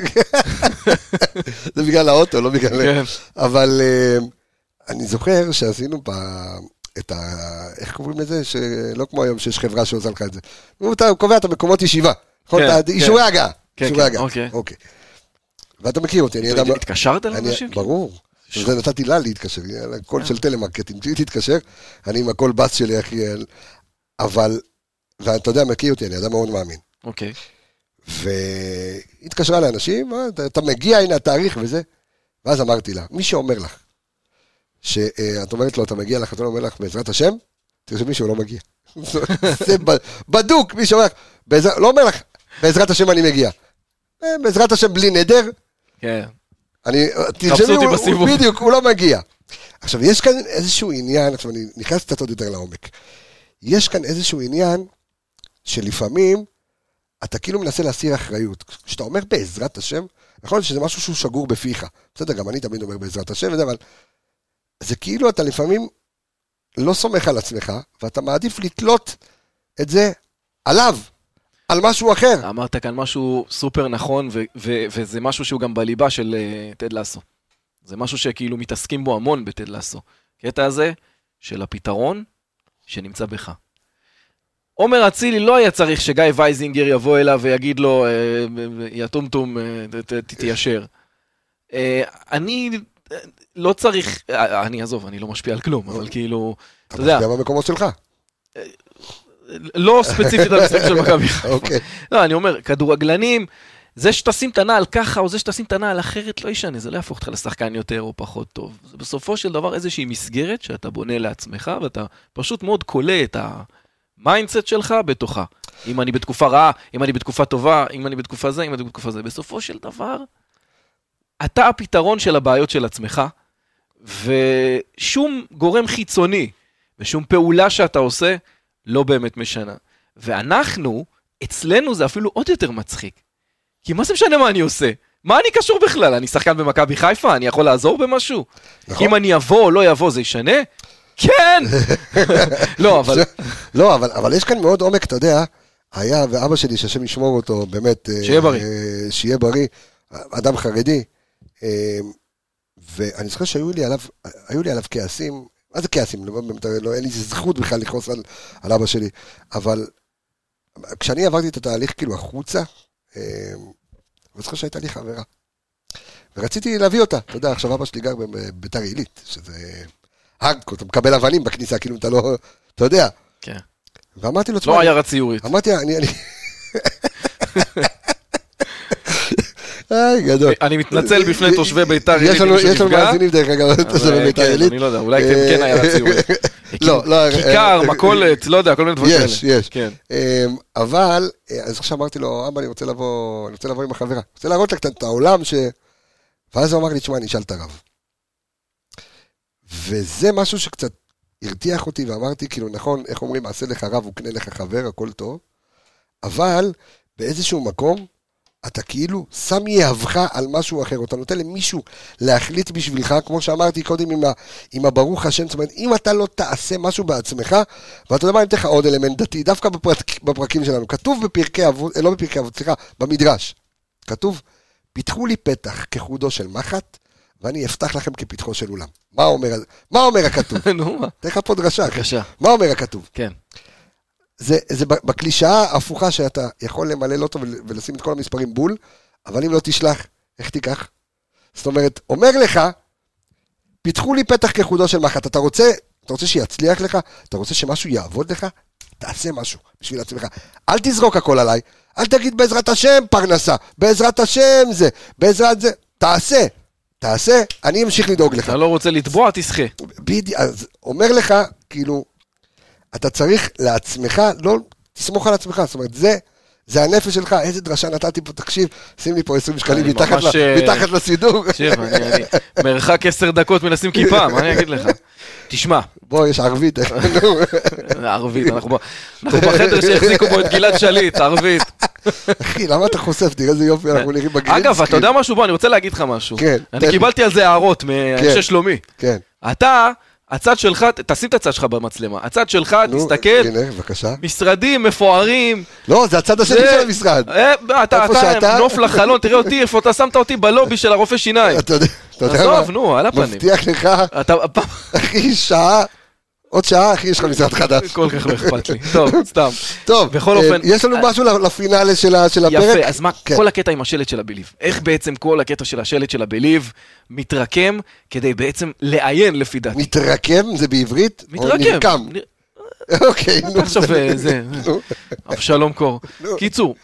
Speaker 1: זה בגלל האוטו, לא בגלל... אבל אני זוכר שעשינו את ה... איך קוראים לזה? שלא כמו היום שיש חברה שעושה לך את זה. אתה קובע את המקומות ישיבה, אישורי הגעה. אישורי הגעה, אוקיי. ואתה מכיר אותי, אני יודע...
Speaker 2: התקשרת לאנשים?
Speaker 1: ברור. זה נתתי לה להתקשר, קול של טלמרקטינג, שהיא תתקשר, אני עם הכל בס שלי, אחי, אבל, ואתה יודע, מכיר אותי, אני אדם מאוד מאמין.
Speaker 2: אוקיי.
Speaker 1: והתקשרה לאנשים, אתה מגיע, הנה התאריך וזה, ואז אמרתי לה, מי שאומר לך, שאת אומרת לו, אתה מגיע לך, אתה אומר לך, בעזרת השם, תראה שמישהו לא מגיע. זה בדוק, מי שאומר לך, לא אומר לך, בעזרת השם אני מגיע. בעזרת השם בלי נדר. כן. אני, תרשמי, הוא, הוא, בדיוק, הוא לא מגיע. עכשיו, יש כאן איזשהו עניין, עכשיו אני נכנס קצת עוד יותר לעומק. יש כאן איזשהו עניין שלפעמים אתה כאילו מנסה להסיר אחריות. כשאתה אומר בעזרת השם, נכון שזה משהו שהוא שגור בפיך. בסדר, גם אני תמיד אומר בעזרת השם, וזה, אבל זה כאילו אתה לפעמים לא סומך על עצמך, ואתה מעדיף לתלות את זה עליו. על משהו אחר.
Speaker 2: אמרת כאן משהו סופר נכון, ו- ו- וזה משהו שהוא גם בליבה של uh, טד לסו. זה משהו שכאילו מתעסקים בו המון בטד לסו. קטע הזה של הפתרון שנמצא בך. עומר אצילי לא היה צריך שגיא וייזינגר יבוא אליו ויגיד לו, יא טומטום, תתיישר. אני לא צריך, אני אעזוב, אני לא משפיע על כלום, אבל כאילו,
Speaker 1: אתה יודע. אתה משפיע במקומות שלך.
Speaker 2: לא ספציפית על המשחק של מכבי חיפה. לא, אני אומר, כדורגלנים, זה שתשים את הנעל ככה, או זה שתשים את הנעל אחרת, לא ישנה, זה לא יהפוך אותך לשחקן יותר או פחות טוב. זה בסופו של דבר איזושהי מסגרת שאתה בונה לעצמך, ואתה פשוט מאוד קולה את המיינדסט שלך בתוכה. אם אני בתקופה רעה, אם אני בתקופה טובה, אם אני בתקופה זה, אם אני בתקופה זה. בסופו של דבר, אתה הפתרון של הבעיות של עצמך, ושום גורם חיצוני, ושום פעולה שאתה עושה, לא באמת משנה. ואנחנו, אצלנו זה אפילו עוד יותר מצחיק. כי מה זה משנה מה אני עושה? מה אני קשור בכלל? אני שחקן במכבי חיפה? אני יכול לעזור במשהו? נכון. אם אני אבוא או לא יבוא, זה ישנה? כן! לא, אבל...
Speaker 1: לא, אבל, אבל יש כאן מאוד עומק, אתה יודע, היה ואבא שלי, שהשם ישמור אותו, באמת...
Speaker 2: שיהיה בריא.
Speaker 1: שיהיה בריא, אדם חרדי, ואני זוכר שהיו לי עליו, היו לי עליו כעסים, מה זה כעסים? לא, לא, אין לי זכות בכלל לכעוס על, על אבא שלי, אבל כשאני עברתי את התהליך כאילו החוצה, אני זוכר שהייתה לי חברה, ורציתי להביא אותה, אתה יודע, עכשיו אבא שלי גר בביתר עילית, שזה הארדקור, אתה מקבל אבנים בכניסה, כאילו אתה לא, אתה יודע.
Speaker 2: כן.
Speaker 1: ואמרתי לו,
Speaker 2: לא עיירה ציורית.
Speaker 1: אמרתי, אני, אני... איי, גדול.
Speaker 2: אני מתנצל בפני תושבי ביתר עילית.
Speaker 1: יש לנו מאזינים דרך אגב, תושבי ביתר עילית.
Speaker 2: אני לא יודע, אולי כן עיירה ציורית.
Speaker 1: לא, לא.
Speaker 2: כיכר, מכולת, לא יודע, כל מיני דברים כאלה.
Speaker 1: יש, יש. אבל, אז עכשיו אמרתי לו, אבא, אני רוצה לבוא, אני רוצה לבוא עם החברה. אני רוצה להראות לך את העולם ש... ואז הוא אמר לי, תשמע, אני אשאל את הרב. וזה משהו שקצת הרתיח אותי, ואמרתי, כאילו, נכון, איך אומרים, מעשה לך רב, וקנה לך חבר, הכל טוב. אבל, באיזשהו מקום, אתה כאילו שם יהבך על משהו אחר, אתה נותן למישהו להחליט בשבילך, כמו שאמרתי קודם עם, ה, עם הברוך השם, זאת אומרת, אם אתה לא תעשה משהו בעצמך, ואתה יודע מה, אני אתן לך עוד אלמנט דתי, דווקא בפרק, בפרקים שלנו, כתוב בפרקי אבות, לא בפרקי אבות, סליחה, במדרש, כתוב, פיתחו לי פתח כחודו של מחט, ואני אפתח לכם כפתחו של אולם. מה אומר, מה אומר הכתוב?
Speaker 2: נו, מה?
Speaker 1: תן לך פה דרשה.
Speaker 2: בבקשה.
Speaker 1: מה אומר הכתוב?
Speaker 2: כן.
Speaker 1: זה, זה בקלישאה ההפוכה שאתה יכול למלא אותו ולשים את כל המספרים בול, אבל אם לא תשלח, איך תיקח? זאת אומרת, אומר לך, פיתחו לי פתח כחודו של מחט, אתה רוצה, אתה רוצה שיצליח לך, אתה רוצה שמשהו יעבוד לך, תעשה משהו בשביל עצמך. אל תזרוק הכל עליי, אל תגיד בעזרת השם פרנסה, בעזרת השם זה, בעזרת זה, תעשה, תעשה, אני אמשיך לדאוג לך.
Speaker 2: אתה לא רוצה לתבוע, תשחה.
Speaker 1: בדיוק, אז אומר לך, כאילו, אתה צריך לעצמך, לא תסמוך על עצמך, זאת אומרת, זה, זה הנפש שלך, איזה דרשה נתתי פה, תקשיב, שים לי פה עשרים שקלים מתחת, ממש... מתחת לסידור.
Speaker 2: תקשיב, אני, אני, מרחק עשר דקות מנסים כיפה, מה אני אגיד לך? תשמע.
Speaker 1: בוא, יש ערבית.
Speaker 2: ערבית, אנחנו, אנחנו בחדר שהחזיקו בו את גלעד שליט, ערבית.
Speaker 1: אחי, למה אתה חושף? תראה איזה יופי, אנחנו נראים בגרין.
Speaker 2: אגב, אתה יודע משהו? בוא, אני רוצה להגיד לך משהו.
Speaker 1: כן.
Speaker 2: אני קיבלתי על זה הערות מאנשי שלומי.
Speaker 1: כן.
Speaker 2: אתה... הצד שלך, תשים את הצד שלך במצלמה, הצד שלך, תסתכל,
Speaker 1: הנה, בבקשה.
Speaker 2: משרדים מפוארים.
Speaker 1: לא, זה הצד השני של המשרד.
Speaker 2: אתה נוף לחלון, תראה אותי, איפה אתה שמת אותי בלובי של הרופא שיניים.
Speaker 1: אתה יודע מה?
Speaker 2: עזוב, נו, על הפנים.
Speaker 1: מבטיח לך, אחי, שעה, עוד שעה, אחי, יש לך משרד חדש.
Speaker 2: כל כך לא אכפת לי. טוב, סתם.
Speaker 1: טוב, יש לנו משהו לפינאלה של הפרק.
Speaker 2: יפה, אז מה, כל הקטע עם השלט של הבליב? איך בעצם כל הקטע של השלט של הבליב מתרקם כדי בעצם לעיין לפי דעתי?
Speaker 1: מתרקם זה בעברית?
Speaker 2: מתרקם.
Speaker 1: אוקיי, נו.
Speaker 2: עכשיו זה, אבשלום קור. קיצור,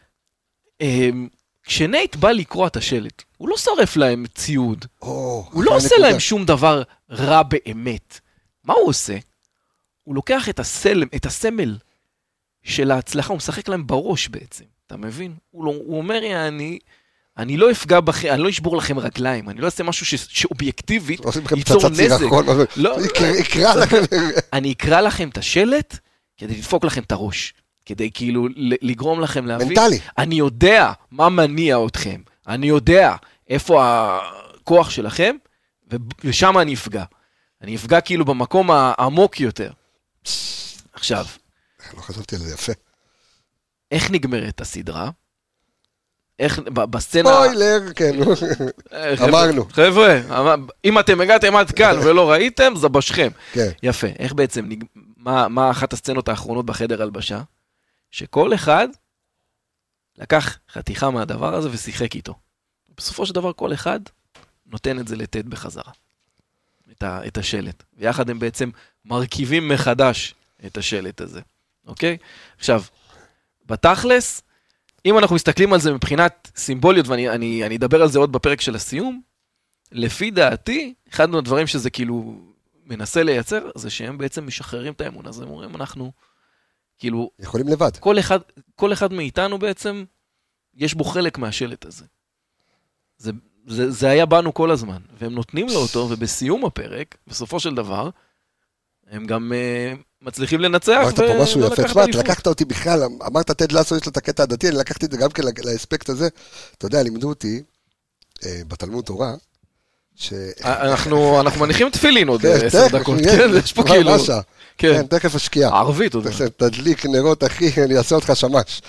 Speaker 2: כשנייט בא לקרוא את השלט, הוא לא שורף להם ציוד. הוא לא עושה להם שום דבר רע באמת. מה הוא עושה? הוא לוקח את הסמל, את הסמל של ההצלחה, הוא משחק להם בראש בעצם, אתה מבין? הוא, לא, הוא אומר, אני, אני לא אפגע בכם, אני לא אשבור לכם רגליים, אני לא אעשה משהו ש, שאובייקטיבית ייצור נזק. לא,
Speaker 1: אקרא לכם.
Speaker 2: אני אקרא לכם את השלט כדי לדפוק לכם את הראש, כדי כאילו לגרום לכם להבין.
Speaker 1: מנטלי.
Speaker 2: אני יודע מה מניע אתכם, אני יודע איפה הכוח שלכם, ושם אני אפגע. אני אפגע כאילו במקום העמוק יותר. עכשיו.
Speaker 1: לא חשבתי על זה, יפה.
Speaker 2: איך נגמרת הסדרה? איך, בסצנה...
Speaker 1: ספוילר, כן. אמרנו.
Speaker 2: חבר'ה, אם אתם הגעתם עד כאן ולא ראיתם, זה בשכם.
Speaker 1: כן.
Speaker 2: יפה. איך בעצם, מה, מה אחת הסצנות האחרונות בחדר הלבשה? שכל אחד לקח חתיכה מהדבר הזה ושיחק איתו. בסופו של דבר כל אחד נותן את זה לטד בחזרה. את, ה, את השלט. ויחד הם בעצם מרכיבים מחדש את השלט הזה. אוקיי? עכשיו, בתכלס, אם אנחנו מסתכלים על זה מבחינת סימבוליות, ואני אני, אני אדבר על זה עוד בפרק של הסיום, לפי דעתי, אחד מהדברים שזה כאילו מנסה לייצר, זה שהם בעצם משחררים את האמון הזה, הם אומרים, אנחנו כאילו...
Speaker 1: יכולים לבד.
Speaker 2: כל אחד, כל אחד מאיתנו בעצם, יש בו חלק מהשלט הזה. זה, זה, זה היה בנו כל הזמן, והם נותנים לו אותו, ובסיום הפרק, בסופו של דבר, הם גם uh, מצליחים לנצח.
Speaker 1: אמרת פה משהו יפה, תשמע, לקחת אותי בכלל, אמרת תד לסו, יש לו את הקטע הדתי, אני לקחתי את זה גם כן לאספקט הזה, אתה יודע, לימדו אותי, אה, בתלמוד תורה, ש...
Speaker 2: אנחנו, אנחנו מניחים תפילין עוד עשר דקות, כן, יש פה כאילו...
Speaker 1: כן, תכף השקיעה.
Speaker 2: ערבית, עוד מעט.
Speaker 1: תדליק נרות, אחי, אני אעשה אותך שמש.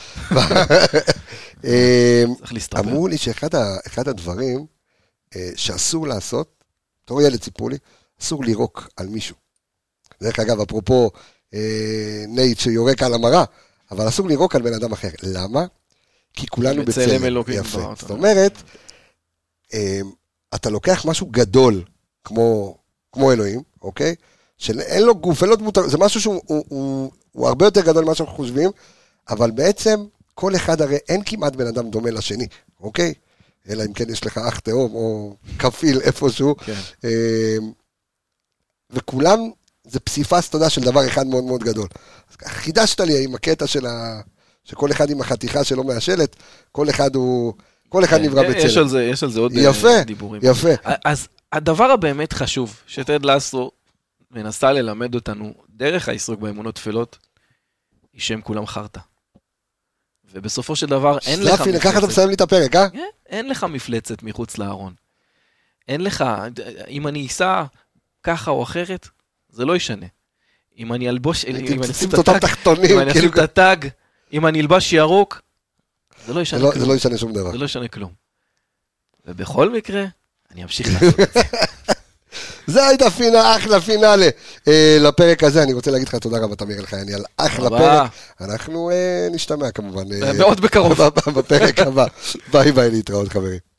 Speaker 1: אמרו לי שאחד הדברים שאסור לעשות, תור ילד סיפרו לי, אסור לירוק על מישהו. דרך אגב, אפרופו נייט שיורק על המרה, אבל אסור לירוק על בן אדם אחר. למה? כי כולנו בצלם. יפה. זאת אומרת, אתה לוקח משהו גדול, כמו אלוהים, אוקיי? שאין לו גוף, אין לו דמות, זה משהו שהוא הוא, הוא, הוא הרבה יותר גדול ממה שאנחנו חושבים, אבל בעצם כל אחד הרי אין כמעט בן אדם דומה לשני, אוקיי? אלא אם כן יש לך אח תאום או כפיל איפשהו, כן. וכולם זה פסיפס תודה של דבר אחד מאוד מאוד גדול. אז חידשת לי עם הקטע של ה... שכל אחד עם החתיכה שלו מהשלט, כל אחד הוא... כל אחד נברא בצלם.
Speaker 2: יש על זה, יש על זה עוד
Speaker 1: יפה,
Speaker 2: דיבורים.
Speaker 1: יפה.
Speaker 2: אז הדבר הבאמת חשוב, שטד לסו מנסה ללמד אותנו, דרך העיסוק באמונות תפלות, היא שהם כולם חרטה. ובסופו של דבר, אין לך מפלצת.
Speaker 1: ככה אתה מסיים לי את הפרק, אה?
Speaker 2: אין לך מפלצת מחוץ לארון. אין לך, אם אני אסע ככה או אחרת, זה לא ישנה. אם אני אלבוש, אם אני אשים את הטאג, אם אני אלבש ירוק, זה לא ישנה כלום.
Speaker 1: זה לא ישנה שום דבר.
Speaker 2: זה לא ישנה כלום. ובכל מקרה, אני אמשיך לעשות את זה.
Speaker 1: זה הייתה פינה, אחלה פינאלה לפרק הזה. אני רוצה להגיד לך תודה רבה, תמיר אלחייני, על אחלה פרק. אנחנו נשתמע כמובן.
Speaker 2: מאוד בקרוב.
Speaker 1: בפרק הבא. ביי ביי, להתראות חברים.